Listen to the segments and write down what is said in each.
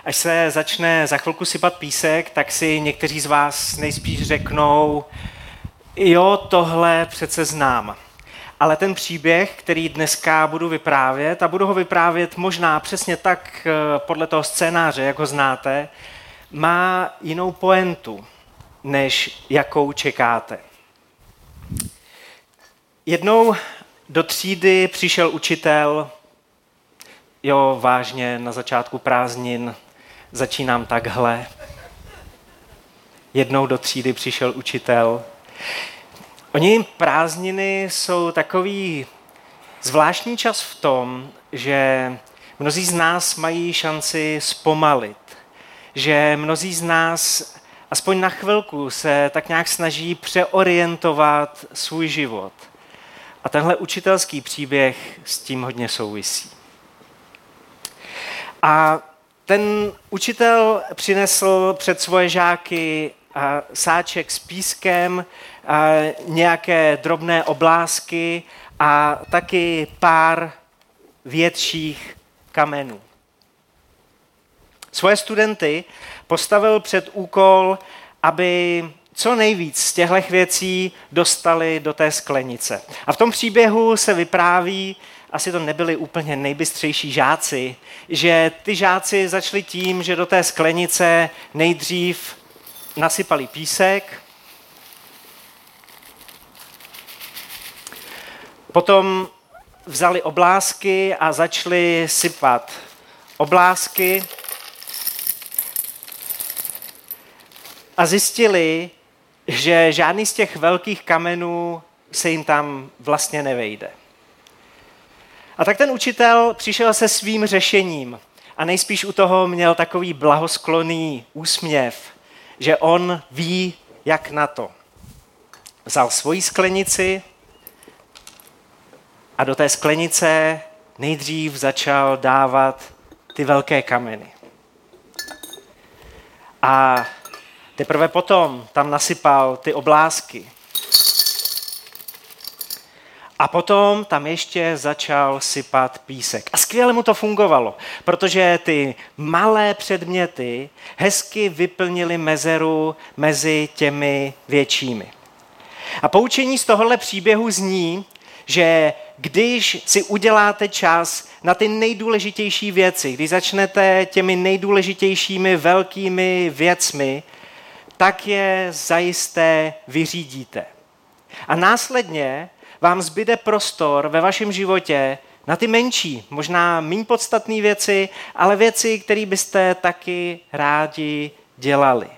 až se začne za chvilku sypat písek, tak si někteří z vás nejspíš řeknou, jo, tohle přece znám. Ale ten příběh, který dneska budu vyprávět, a budu ho vyprávět možná přesně tak podle toho scénáře, jak ho znáte, má jinou pointu, než jakou čekáte. Jednou do třídy přišel učitel, jo, vážně, na začátku prázdnin začínám takhle. Jednou do třídy přišel učitel. Oni prázdniny jsou takový zvláštní čas v tom, že mnozí z nás mají šanci zpomalit, že mnozí z nás aspoň na chvilku se tak nějak snaží přeorientovat svůj život. A tenhle učitelský příběh s tím hodně souvisí. A ten učitel přinesl před svoje žáky sáček s pískem, nějaké drobné oblásky a taky pár větších kamenů. Svoje studenty postavil před úkol, aby co nejvíc z těchto věcí dostali do té sklenice. A v tom příběhu se vypráví, asi to nebyli úplně nejbystřejší žáci, že ty žáci začali tím, že do té sklenice nejdřív nasypali písek, potom vzali oblásky a začali sypat oblásky a zjistili, že žádný z těch velkých kamenů se jim tam vlastně nevejde. A tak ten učitel přišel se svým řešením a nejspíš u toho měl takový blahosklonný úsměv, že on ví, jak na to. Vzal svoji sklenici a do té sklenice nejdřív začal dávat ty velké kameny. A teprve potom tam nasypal ty oblásky. A potom tam ještě začal sypat písek. A skvěle mu to fungovalo, protože ty malé předměty hezky vyplnily mezeru mezi těmi většími. A poučení z tohohle příběhu zní, že když si uděláte čas na ty nejdůležitější věci, když začnete těmi nejdůležitějšími velkými věcmi, tak je zajisté vyřídíte. A následně vám zbyde prostor ve vašem životě na ty menší, možná méně podstatné věci, ale věci, které byste taky rádi dělali.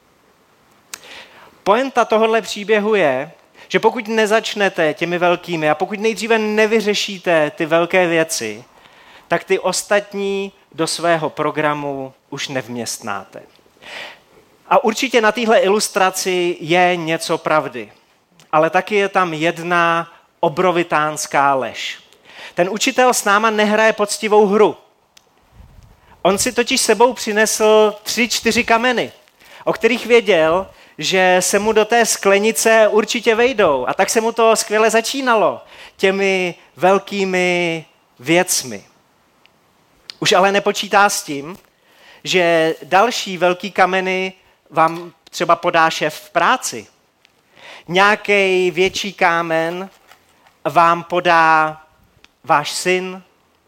Pointa tohohle příběhu je, že pokud nezačnete těmi velkými a pokud nejdříve nevyřešíte ty velké věci, tak ty ostatní do svého programu už nevměstnáte. A určitě na téhle ilustraci je něco pravdy, ale taky je tam jedna obrovitánská lež. Ten učitel s náma nehraje poctivou hru. On si totiž sebou přinesl 3-4 kameny, o kterých věděl, že se mu do té sklenice určitě vejdou. A tak se mu to skvěle začínalo těmi velkými věcmi. Už ale nepočítá s tím, že další velký kameny vám třeba podá šéf v práci. Nějaký větší kámen vám podá váš syn,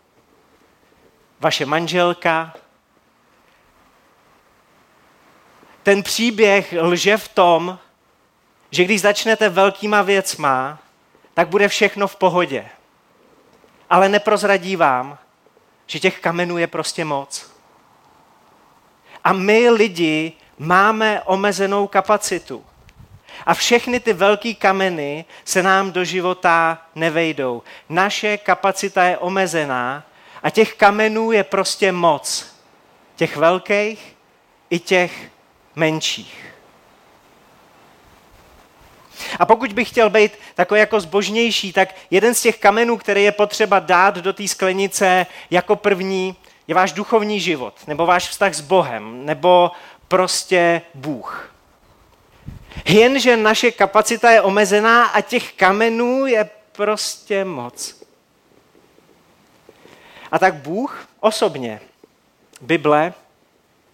vaše manželka. Ten příběh lže v tom, že když začnete velkýma věcma, tak bude všechno v pohodě. Ale neprozradí vám, že těch kamenů je prostě moc. A my lidi máme omezenou kapacitu. A všechny ty velký kameny se nám do života nevejdou. Naše kapacita je omezená a těch kamenů je prostě moc. Těch velkých i těch menších. A pokud bych chtěl být takový jako zbožnější, tak jeden z těch kamenů, který je potřeba dát do té sklenice jako první, je váš duchovní život, nebo váš vztah s Bohem, nebo prostě Bůh. Jenže naše kapacita je omezená a těch kamenů je prostě moc. A tak Bůh osobně, Bible,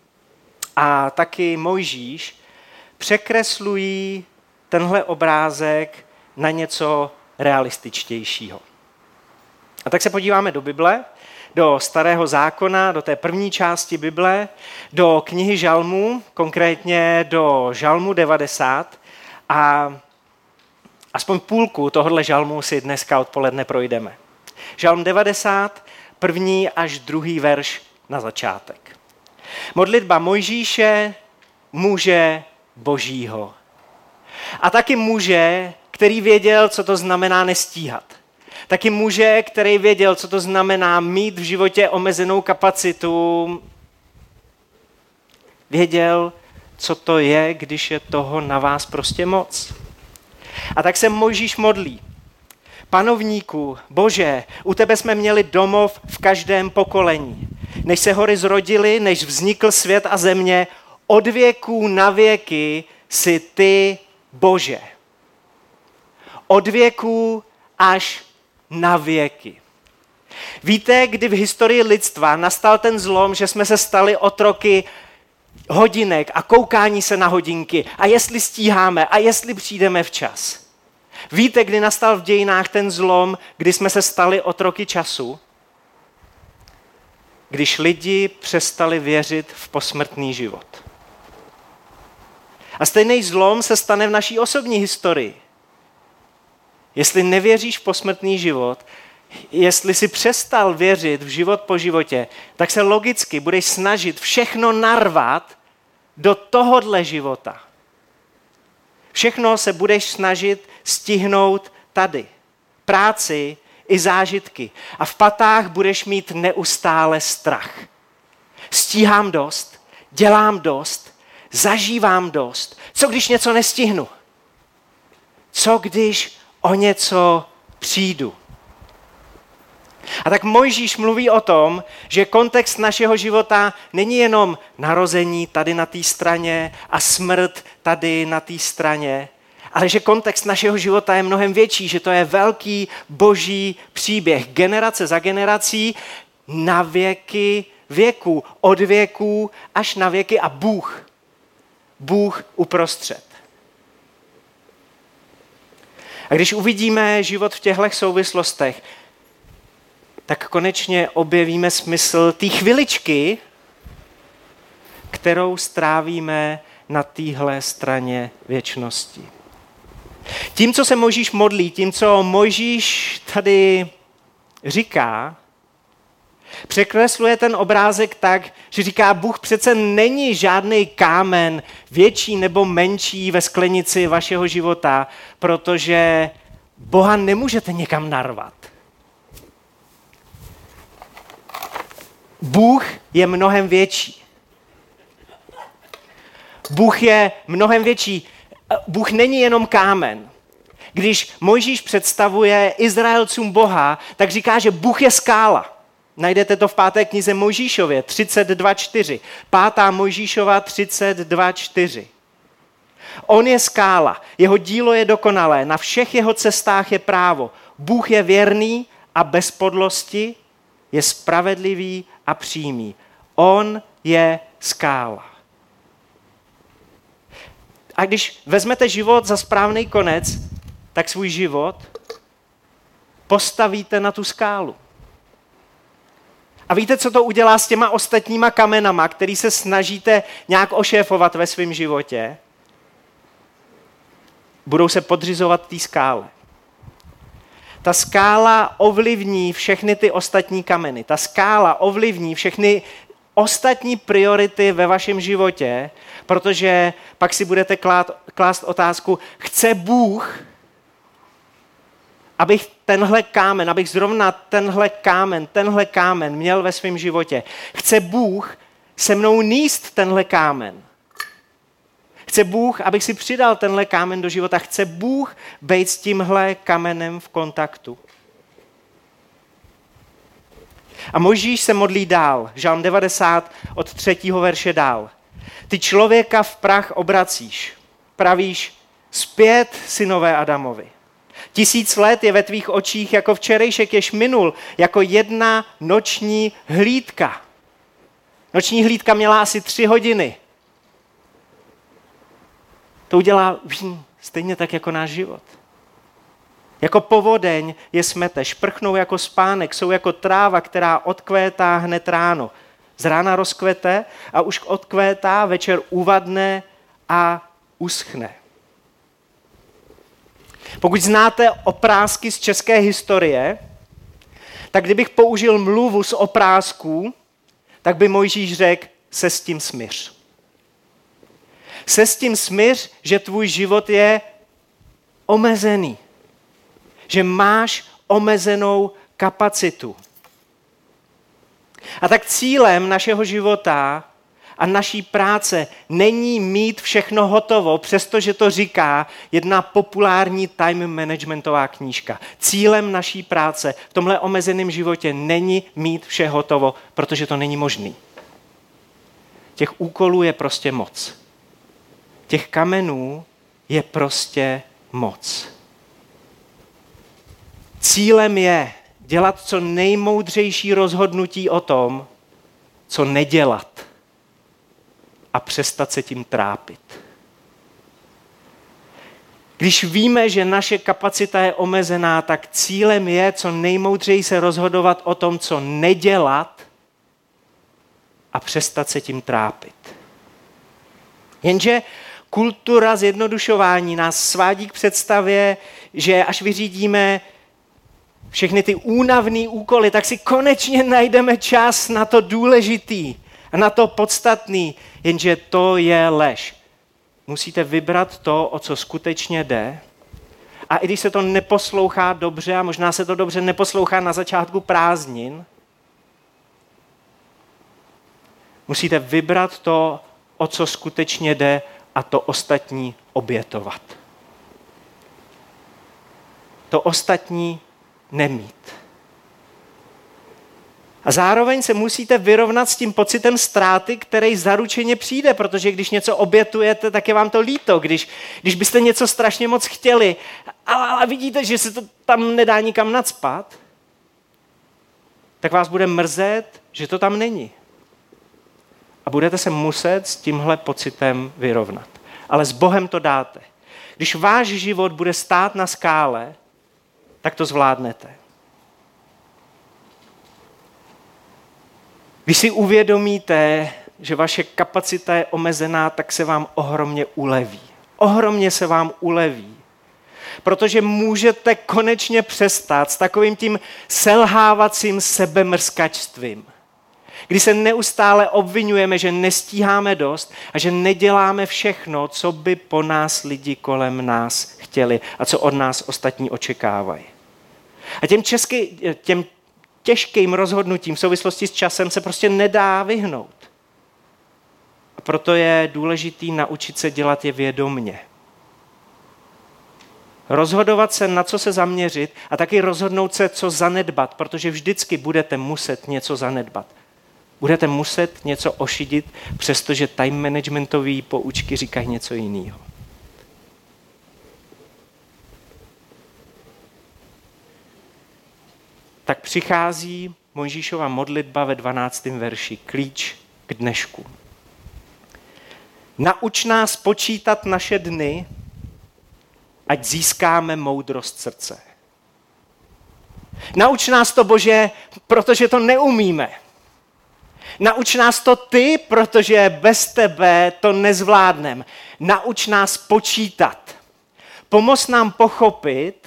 a taky Mojžíš překreslují tenhle obrázek na něco realističtějšího. A tak se podíváme do Bible, do Starého zákona, do té první části Bible, do knihy Žalmů, konkrétně do Žalmu 90 a aspoň půlku tohohle žalmu si dneska odpoledne projdeme. Žalm 90, 1. až 2. verš na začátek. Modlitba Mojžíše, muže Božího. A taky muže, který věděl, co to znamená nestíhat. Taky muže, který věděl, co to znamená mít v životě omezenou kapacitu. Věděl, co to je, když je toho na vás prostě moc. A tak se Mojžíš modlí. Panovníku, Bože, u tebe jsme měli domov v každém pokolení. Než se hory zrodily, než vznikl svět a země, od věků na věky jsi ty, Bože. Od věků až na věky. Víte, kdy v historii lidstva nastal ten zlom, že jsme se stali otroky hodinek a koukání se na hodinky a jestli stíháme a jestli přijdeme včas. Víte, kdy nastal v dějinách ten zlom, kdy jsme se stali otroky času? Když lidi přestali věřit v posmrtný život. A stejný zlom se stane v naší osobní historii. Jestli nevěříš v posmrtný život, jestli si přestal věřit v život po životě, tak se logicky budeš snažit všechno narvat do tohodle života. Všechno se budeš snažit stihnout tady. Práci i zážitky. A v patách budeš mít neustále strach. Stíhám dost, dělám dost, zažívám dost. Co když něco nestihnu? Co když o něco přijdu? A tak Mojžíš mluví o tom, že kontext našeho života není jenom narození tady na té straně a smrt tady na té straně, ale že kontext našeho života je mnohem větší, že to je velký boží příběh, generace za generací, na věky věků, od věků až na věky a Bůh uprostřed. A když uvidíme život v těchto souvislostech, tak konečně objevíme smysl té chviličky, kterou strávíme na téhle straně věčnosti. Tím, co se Mojžíš modlí, tím, co Mojžíš tady říká, překresluje ten obrázek tak, že říká, Bůh přece není žádný kámen větší nebo menší ve sklenici vašeho života, protože Boha nemůžete někam narvat. Bůh je mnohem větší. Bůh je mnohem větší. Bůh není jenom kámen. Když Mojžíš představuje Izraelcům Boha, tak říká, že Bůh je skála. Najdete to v 5. knize Mojžíšově 32.4. 5. Mojžíšova 32.4. On je skála, jeho dílo je dokonalé, na všech jeho cestách je právo. Bůh je věrný a bez podlosti, je spravedlivý a přímý. On je skála. A když vezmete život za správný konec, tak svůj život postavíte na tu skálu. A víte, co to udělá s těma ostatníma kamenama, který se snažíte nějak ošéfovat ve svém životě? Budou se podřizovat té skále. Ta skála ovlivní všechny ty ostatní kameny. Ta skála ovlivní všechny ostatní priority ve vašem životě, protože pak si budete klást otázku, chce Bůh, abych zrovna tenhle kámen měl ve svém životě. Chce Bůh se mnou nést tenhle kámen. Chce Bůh, abych si přidal tenhle kámen do života. Chce Bůh být s tímhle kamenem v kontaktu. A Mojžíš se modlí dál. Žalm 90 od 3. verše dál. Ty člověka v prach obracíš. Pravíš zpět synové Adamovi. 1000 let je ve tvých očích jako včerejšek, jež minul, jako jedna noční hlídka. Noční hlídka měla asi 3 hodiny. To udělá stejně tak jako náš život. Jako povodeň je smete, šprchnou jako spánek, jsou jako tráva, která odkvétá hned ráno. Z rána rozkvete a už odkvétá, večer uvadne a uschne. Pokud znáte oprázky z české historie, tak kdybych použil mluvu z oprázků, tak by Mojžíš řekl, se s tím smíř. Se s tím smíř, že tvůj život je omezený. Že máš omezenou kapacitu. A tak cílem našeho života a naší práce není mít všechno hotovo, přestože to říká jedna populární time managementová knížka. Cílem naší práce v tomhle omezeném životě není mít vše hotovo, protože to není možný. Těch úkolů je prostě moc. Těch kamenů je prostě moc. Cílem je dělat co nejmoudřejší rozhodnutí o tom, co nedělat a přestat se tím trápit. Když víme, že naše kapacita je omezená, tak cílem je co nejmoudřeji se rozhodovat o tom, co nedělat a přestat se tím trápit. Jenže kultura zjednodušování nás svádí k představě, že až vyřídíme všechny ty únavné úkoly, tak si konečně najdeme čas na to důležitý a na to podstatný, jenže to je lež. Musíte vybrat to, o co skutečně jde. A i když se to neposlouchá dobře, a možná se to dobře neposlouchá na začátku prázdnin, musíte vybrat to, o co skutečně jde, a to ostatní obětovat. To ostatní nemít. A zároveň se musíte vyrovnat s tím pocitem ztráty, který zaručeně přijde, protože když něco obětujete, tak je vám to líto. Když byste něco strašně moc chtěli, ale vidíte, že se to tam nedá nikam nacpat, tak vás bude mrzet, že to tam není. A budete se muset s tímhle pocitem vyrovnat. Ale s Bohem to dáte. Když váš život bude stát na skále, tak to zvládnete. Když si uvědomíte, že vaše kapacita je omezená, tak se vám ohromně uleví. Ohromně se vám uleví. Protože můžete konečně přestat s takovým tím selhávacím sebemrskačstvím. Kdy se neustále obvinujeme, že nestíháme dost a že neděláme všechno, co by po nás lidi kolem nás chtěli a co od nás ostatní očekávají. A těm těžkým rozhodnutím v souvislosti s časem se prostě nedá vyhnout. A proto je důležitý naučit se dělat je vědomně. Rozhodovat se, na co se zaměřit a taky rozhodnout se, co zanedbat, protože vždycky budete muset něco zanedbat. Budete muset něco ošidit, přestože time managementové poučky říkají něco jiného. Tak přichází Mojžíšova modlitba ve 12. verši, klíč k dnešku. Nauč nás počítat naše dny, ať získáme moudrost srdce. Nauč nás to, Bože, protože to neumíme. Nauč nás to ty, protože bez tebe to nezvládneme. Nauč nás počítat. Pomoz nám pochopit,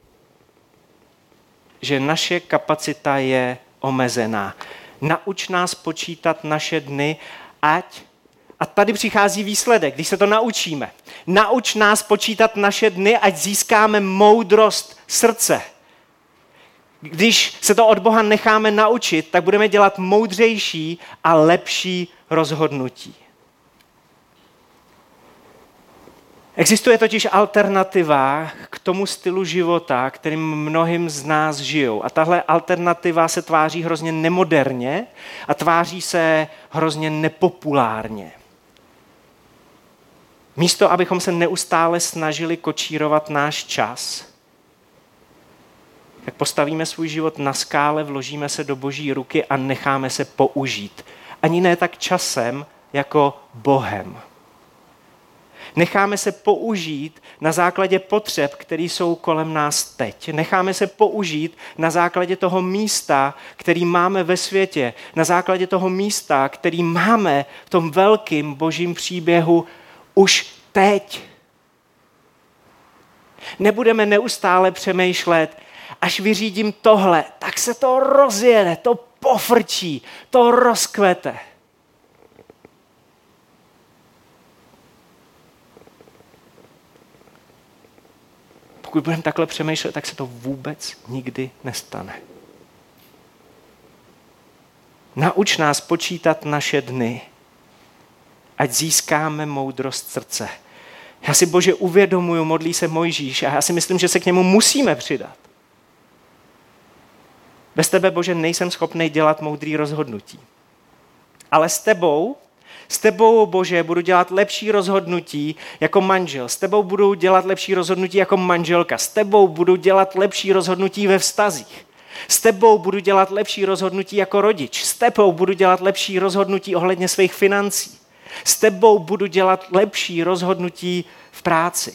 že naše kapacita je omezená. Nauč nás počítat naše dny, a tady přichází výsledek, když se to naučíme. Nauč nás počítat naše dny, ať získáme moudrost srdce. Když se to od Boha necháme naučit, tak budeme dělat moudřejší a lepší rozhodnutí. Existuje totiž alternativa k tomu stylu života, kterým mnohým z nás žijou. A tahle alternativa se tváří hrozně nemoderně a tváří se hrozně nepopulárně. Místo, abychom se neustále snažili kočírovat náš čas, tak postavíme svůj život na skále, vložíme se do Boží ruky a necháme se použít. Ani ne tak časem, jako Bohem. Necháme se použít na základě potřeb, které jsou kolem nás teď. Necháme se použít na základě toho místa, který máme ve světě, na základě toho místa, který máme v tom velkém božím příběhu už teď. Nebudeme neustále přemýšlet, až vyřídím tohle, tak se to rozjede, to pofrčí, to rozkvete. Pokud budeme takhle přemýšlet, tak se to vůbec nikdy nestane. Nauč nás počítat naše dny, ať získáme moudrost srdce. Já si, Bože, uvědomuju, modlí se Mojžíš a já si myslím, že se k němu musíme přidat. Bez tebe, Bože, nejsem schopný dělat moudrý rozhodnutí. Ale s tebou, Bože, budu dělat lepší rozhodnutí jako manžel. S tebou budu dělat lepší rozhodnutí jako manželka. S tebou budu dělat lepší rozhodnutí ve vztazích. S tebou budu dělat lepší rozhodnutí jako rodič. S tebou budu dělat lepší rozhodnutí ohledně svých financí. S tebou budu dělat lepší rozhodnutí v práci.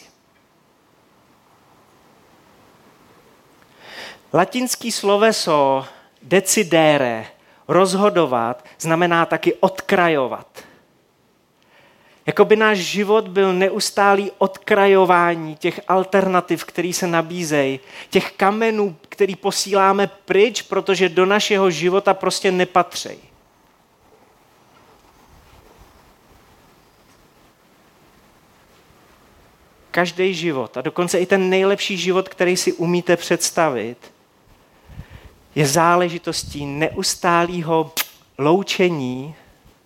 Latinský sloveso decidere, rozhodovat, znamená taky odkrajovat. Jakoby náš život byl neustálý odkrajování těch alternativ, které se nabízejí, těch kamenů, který posíláme pryč, protože do našeho života prostě nepatří. Každý život, a dokonce i ten nejlepší život, který si umíte představit, je záležitostí neustálého loučení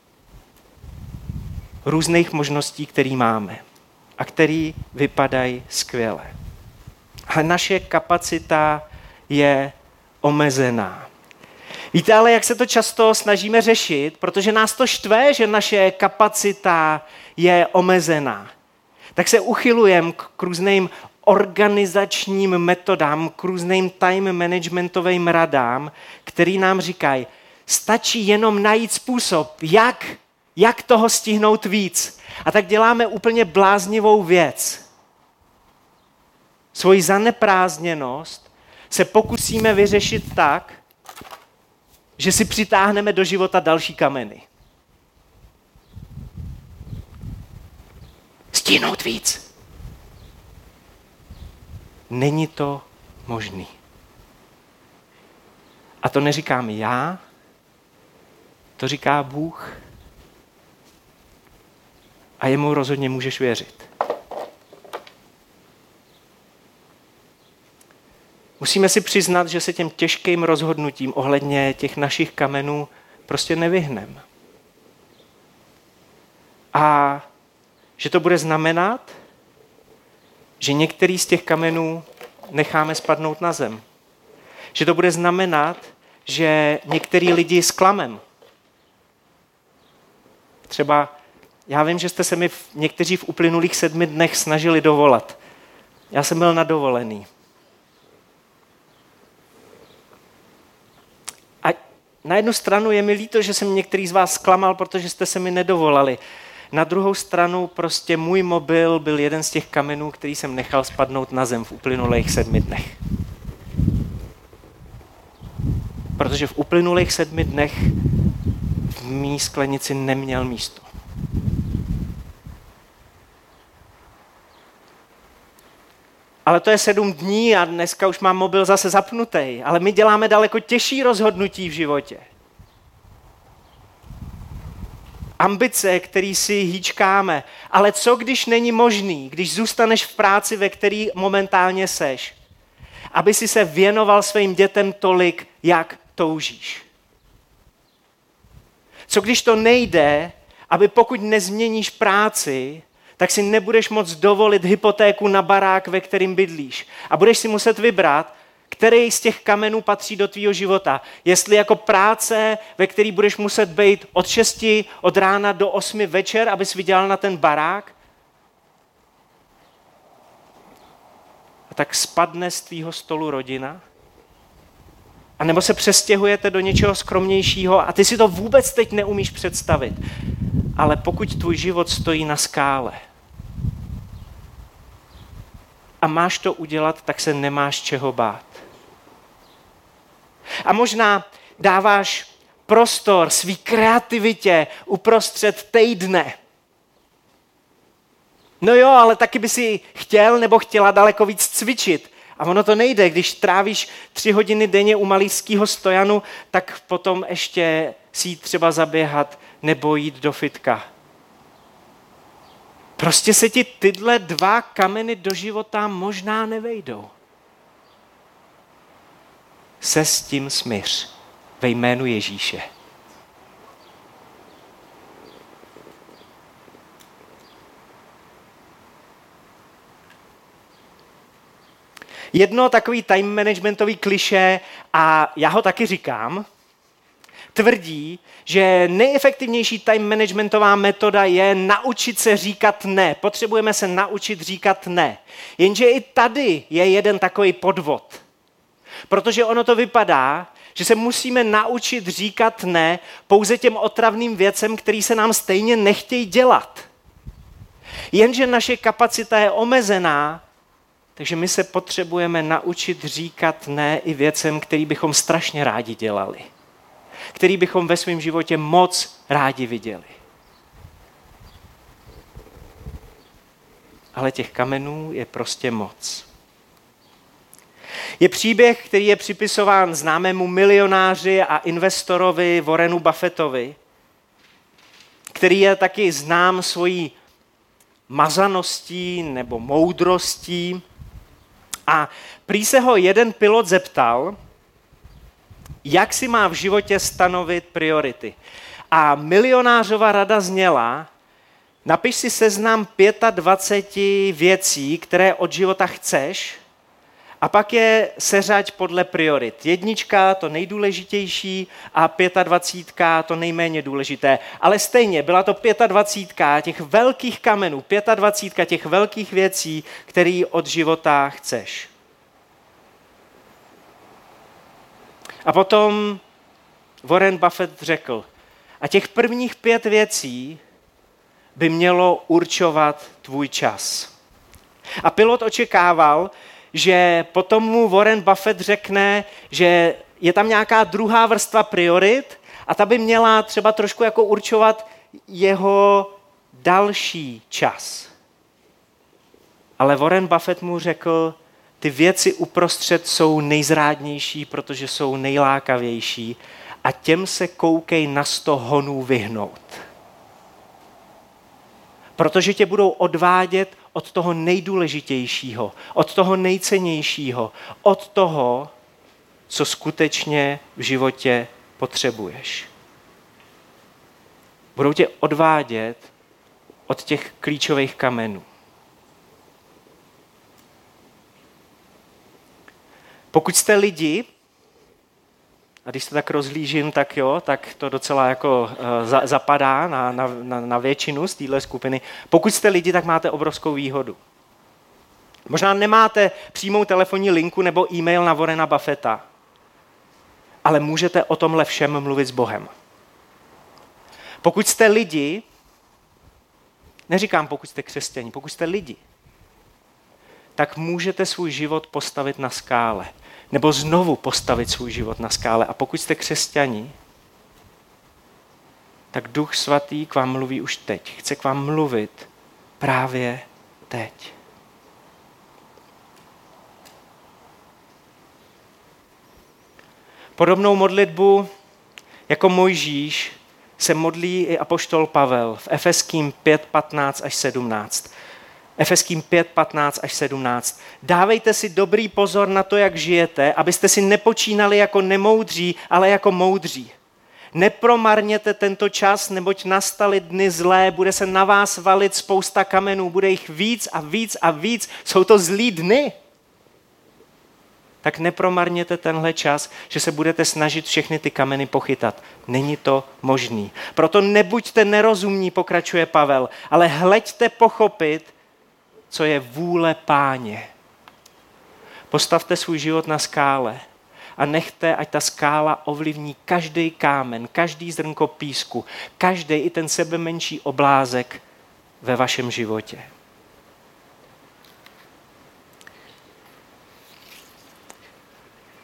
různých možností, které máme a které vypadají skvěle. Ale naše kapacita je omezená. Víte ale, jak se to často snažíme řešit, protože nás to štve, že naše kapacita je omezená. Tak se uchylujeme k různým organizačním metodám, k různým time managementovým radám, který nám říkají, stačí jenom najít způsob, jak toho stihnout víc. A tak děláme úplně bláznivou věc. Svoji zaneprázdněnost se pokusíme vyřešit tak, že si přitáhneme do života další kameny. Stihnout víc. Není to možný. A to neříkám já, to říká Bůh. A jemu rozhodně můžeš věřit. Musíme si přiznat, že se těm těžkým rozhodnutím ohledně těch našich kamenů prostě nevyhneme. A že to bude znamenat, že některý z těch kamenů necháme spadnout na zem. Že to bude znamenat, že některý lidi zklamem. Třeba já vím, že jste se mi někteří v uplynulých 7 dnech snažili dovolat. Já jsem byl na dovolený. A na jednu stranu je mi líto, že jsem některý z vás zklamal, protože jste se mi nedovolali. Na druhou stranu prostě můj mobil byl jeden z těch kamenů, který jsem nechal spadnout na zem v uplynulých 7 dnech. Protože v uplynulých 7 dnech v mý sklenici neměl místo. Ale to je 7 dní a dneska už mám mobil zase zapnutý. Ale my děláme daleko těžší rozhodnutí v životě. Ambice, který si hýčkáme. Ale co, když není možný, když zůstaneš v práci, ve který momentálně seš, aby si se věnoval svým dětem tolik, jak toužíš? Co když to nejde, aby pokud nezměníš práci, tak si nebudeš moct dovolit hypotéku na barák, ve kterým bydlíš. A budeš si muset vybrat, který z těch kamenů patří do tvýho života. Jestli jako práce, ve který budeš muset být od 6 od rána do 8 večer, abys vydělal na ten barák, a tak spadne z tvýho stolu rodina, a nebo se přestěhujete do něčeho skromnějšího a ty si to vůbec teď neumíš představit. Ale pokud tvůj život stojí na skále, a máš to udělat, tak se nemáš čeho bát. A možná dáváš prostor svý kreativitě uprostřed týdne. No jo, ale taky by si chtěl nebo chtěla daleko víc cvičit. A ono to nejde, když trávíš 3 hodiny denně u malířského stojanu, tak potom ještě si jít třeba zaběhat nebo jít do fitka. Prostě se ti tyhle 2 kameny do života možná nevejdou. Se s tím smíř ve jménu Ježíše. Jedno takový time managementový klišé, a já ho taky říkám, tvrdí, že nejefektivnější time managementová metoda je naučit se říkat ne. Potřebujeme se naučit říkat ne. Jenže i tady je jeden takový podvod. Protože ono to vypadá, že se musíme naučit říkat ne pouze těm otravným věcem, které se nám stejně nechtějí dělat. Jenže naše kapacita je omezená, takže my se potřebujeme naučit říkat ne i věcem, který bychom strašně rádi dělali. Který bychom ve svém životě moc rádi viděli. Ale těch kamenů je prostě moc. Je příběh, který je připisován známému milionáři a investorovi Warrenu Buffettovi, který je taky znám svojí mazaností nebo moudrostí. A prý se ho jeden pilot zeptal, jak si má v životě stanovit priority. A milionářova rada zněla, napiš si seznam 25 věcí, které od života chceš, a pak je seřaď podle priorit. 1, to nejdůležitější, a 25 to nejméně důležité. Ale stejně byla to 25 těch velkých kamenů, 25 těch velkých věcí, které od života chceš. A potom Warren Buffett řekl, a těch prvních 5 věcí by mělo určovat tvůj čas. A pilot očekával, že potom mu Warren Buffett řekne, že je tam nějaká druhá vrstva priorit a ta by měla třeba trošku jako určovat jeho další čas. Ale Warren Buffett mu řekl, ty věci uprostřed jsou nejzrádnější, protože jsou nejlákavější a těm se koukej na 100 honů vyhnout. Protože tě budou odvádět od toho nejdůležitějšího, od toho nejcennějšího, od toho, co skutečně v životě potřebuješ. Budou tě odvádět od těch klíčových kamenů. Pokud jste lidi, a když se tak rozhlížím, tak jo, tak to docela jako zapadá na většinu z téhle skupiny. Pokud jste lidi, tak máte obrovskou výhodu. Možná nemáte přímou telefonní linku nebo e-mail na Warrena Buffetta, ale můžete o tomhle všem mluvit s Bohem. Pokud jste lidi, neříkám pokud jste křesťané, pokud jste lidi, tak můžete svůj život postavit na skále. Nebo znovu postavit svůj život na skále. A pokud jste křesťaní, tak Duch Svatý k vám mluví už teď. Chce k vám mluvit právě teď. Podobnou modlitbu jako Mojžíš se modlí i apoštol Pavel v Efeským 5:15-17. Efeským 5:15-17. Dávejte si dobrý pozor na to, jak žijete, abyste si nepočínali jako nemoudří, ale jako moudří. Nepromarněte tento čas, neboť nastaly dny zlé, bude se na vás valit spousta kamenů, bude jich víc a víc a víc. Jsou to zlý dny. Tak nepromarněte tenhle čas, že se budete snažit všechny ty kameny pochytat. Není to možný. Proto nebuďte nerozumní, pokračuje Pavel, ale hleďte pochopit, co je vůle Páně. Postavte svůj život na skále a nechte, ať ta skála ovlivní každý kámen, každý zrnko písku, každý i ten sebemenší oblázek ve vašem životě.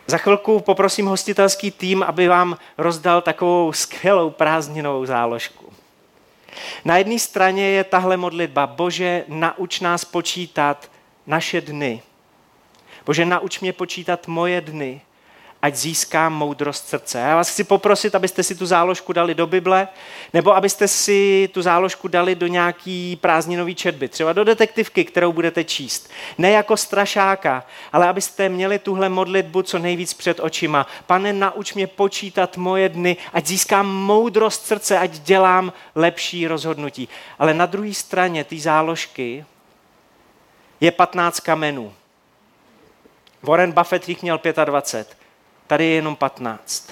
Za chvilku poprosím hostitelský tým, aby vám rozdal takovou skvělou prázdninovou záložku. Na jedné straně je tahle modlitba: Bože, nauč nás počítat naše dny. Bože, nauč mě počítat moje dny, ať získám moudrost srdce. Já vás chci poprosit, abyste si tu záložku dali do Bible, nebo abyste si tu záložku dali do nějaký prázdninové četby, třeba do detektivky, kterou budete číst. Ne jako strašáka, ale abyste měli tuhle modlitbu co nejvíc před očima. Pane, nauč mě počítat moje dny, ať získám moudrost srdce, ať dělám lepší rozhodnutí. Ale na druhé straně té záložky je 15 kamenů. Warren Buffett jich měl 25. Tady je jenom 15.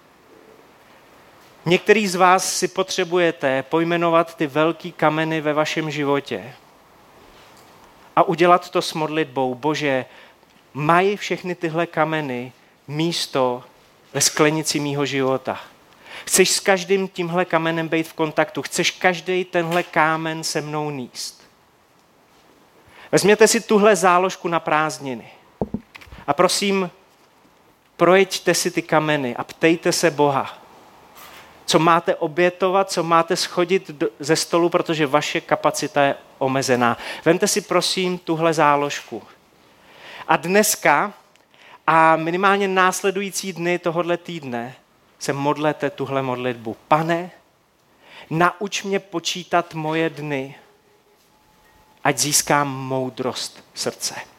Některý z vás si potřebujete pojmenovat ty velký kameny ve vašem životě a udělat to s modlitbou: Bože, mají všechny tyhle kameny místo ve sklenici mýho života. Chceš s každým tímhle kamenem být v kontaktu, chceš každý tenhle kámen se mnou nést. Vezměte si tuhle záložku na prázdniny a prosím, projeďte si ty kameny a ptejte se Boha, co máte obětovat, co máte schodit ze stolu, protože vaše kapacita je omezená. Vemte si prosím tuhle záložku. A dneska a minimálně následující dny tohohle týdne se modlete tuhle modlitbu: Pane, nauč mě počítat moje dny, ať získám moudrost srdce.